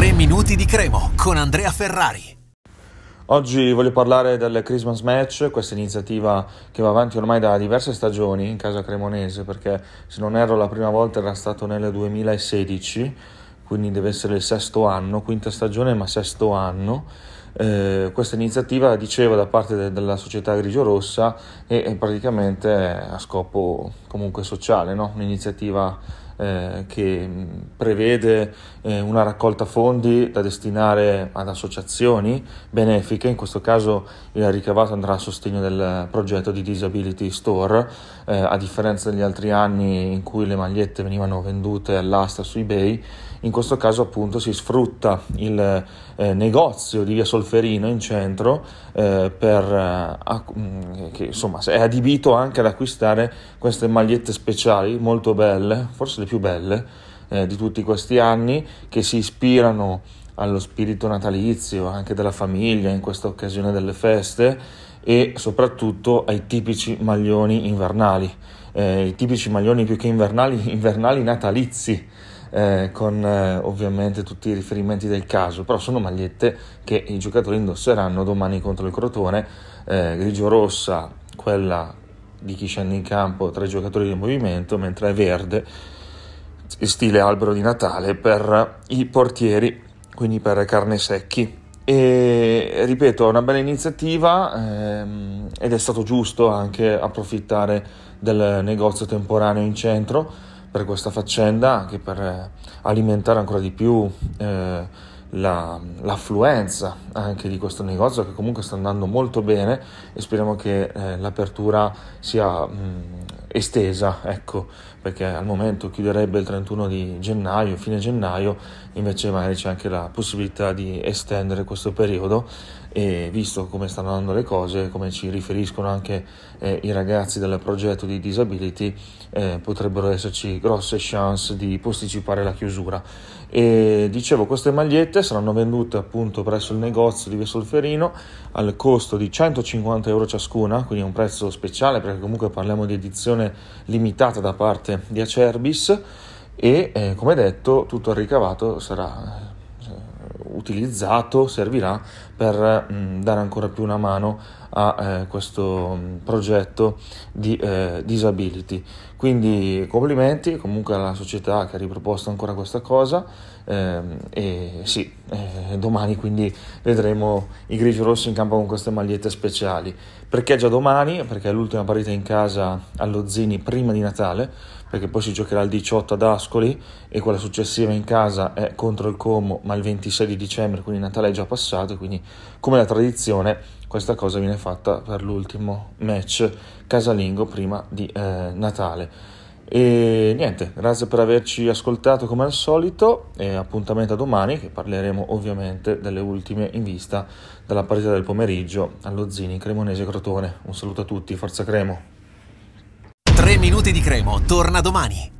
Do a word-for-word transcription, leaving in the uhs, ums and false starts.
tre minuti di Cremo con Andrea Ferrari. Oggi voglio parlare del Christmas Match, questa iniziativa che va avanti ormai da diverse stagioni in casa cremonese, perché se non erro la prima volta era stato nel duemilasedici, quindi deve essere il sesto anno, quinta stagione ma sesto anno. Eh, questa iniziativa, dicevo, da parte de- della società grigio-rossa e, e praticamente a scopo comunque sociale, no? Un'iniziativa eh, che prevede eh, una raccolta fondi da destinare ad associazioni benefiche. In questo caso il ricavato andrà a sostegno del progetto di Disability Store, eh, a differenza degli altri anni in cui le magliette venivano vendute all'asta su eBay. In questo caso appunto si sfrutta il eh, negozio di via Solferino in centro eh, per eh, ac- che insomma è adibito anche ad acquistare queste magliette speciali molto belle, forse le più belle eh, di tutti questi anni, che si ispirano allo spirito natalizio anche della famiglia in questa occasione delle feste e soprattutto ai tipici maglioni invernali, eh, i tipici maglioni più che invernali, invernali natalizi. Eh, con eh, ovviamente tutti i riferimenti del caso, però sono magliette che i giocatori indosseranno domani contro il Crotone, eh, grigio-rossa quella di chi scende in campo tra i giocatori del movimento, mentre è verde stile albero di Natale per i portieri, quindi per Carnesecchi. E ripeto, è una bella iniziativa ehm, ed è stato giusto anche approfittare del negozio temporaneo in centro per questa faccenda, anche per alimentare ancora di più eh, la, l'affluenza anche di questo negozio, che comunque sta andando molto bene, e speriamo che eh, l'apertura sia mh, estesa, ecco, perché al momento chiuderebbe il trentuno di gennaio, fine gennaio, invece magari c'è anche la possibilità di estendere questo periodo, e visto come stanno andando le cose, come ci riferiscono anche eh, i ragazzi del progetto di Disability, eh, potrebbero esserci grosse chance di posticipare la chiusura. E dicevo, queste magliette saranno vendute appunto presso il negozio di via Solferino al costo di centocinquanta euro ciascuna, quindi è un prezzo speciale perché comunque parliamo di edizione limitata da parte di Acerbis, e eh, come detto tutto il ricavato sarà utilizzato, servirà per mh, dare ancora più una mano a eh, questo mh, progetto di eh, Disability. Quindi complimenti comunque alla società che ha riproposto ancora questa cosa, ehm, e sì, eh, domani quindi vedremo i grigi-rossi in campo con queste magliette speciali. Perché già domani? Perché è l'ultima partita in casa allo Zini prima di Natale, perché poi si giocherà il diciotto ad Ascoli e quella successiva in casa è contro il Como, ma il ventisei di dicembre, quindi Natale è già passato, quindi come la tradizione questa cosa viene fatta per l'ultimo match casalingo prima di eh, Natale. E niente, grazie per averci ascoltato come al solito, e appuntamento a domani, che parleremo ovviamente delle ultime in vista della partita del pomeriggio allo Zini Cremonese Crotone. Un saluto a tutti, forza Cremo! tre minuti di Cremo torna domani.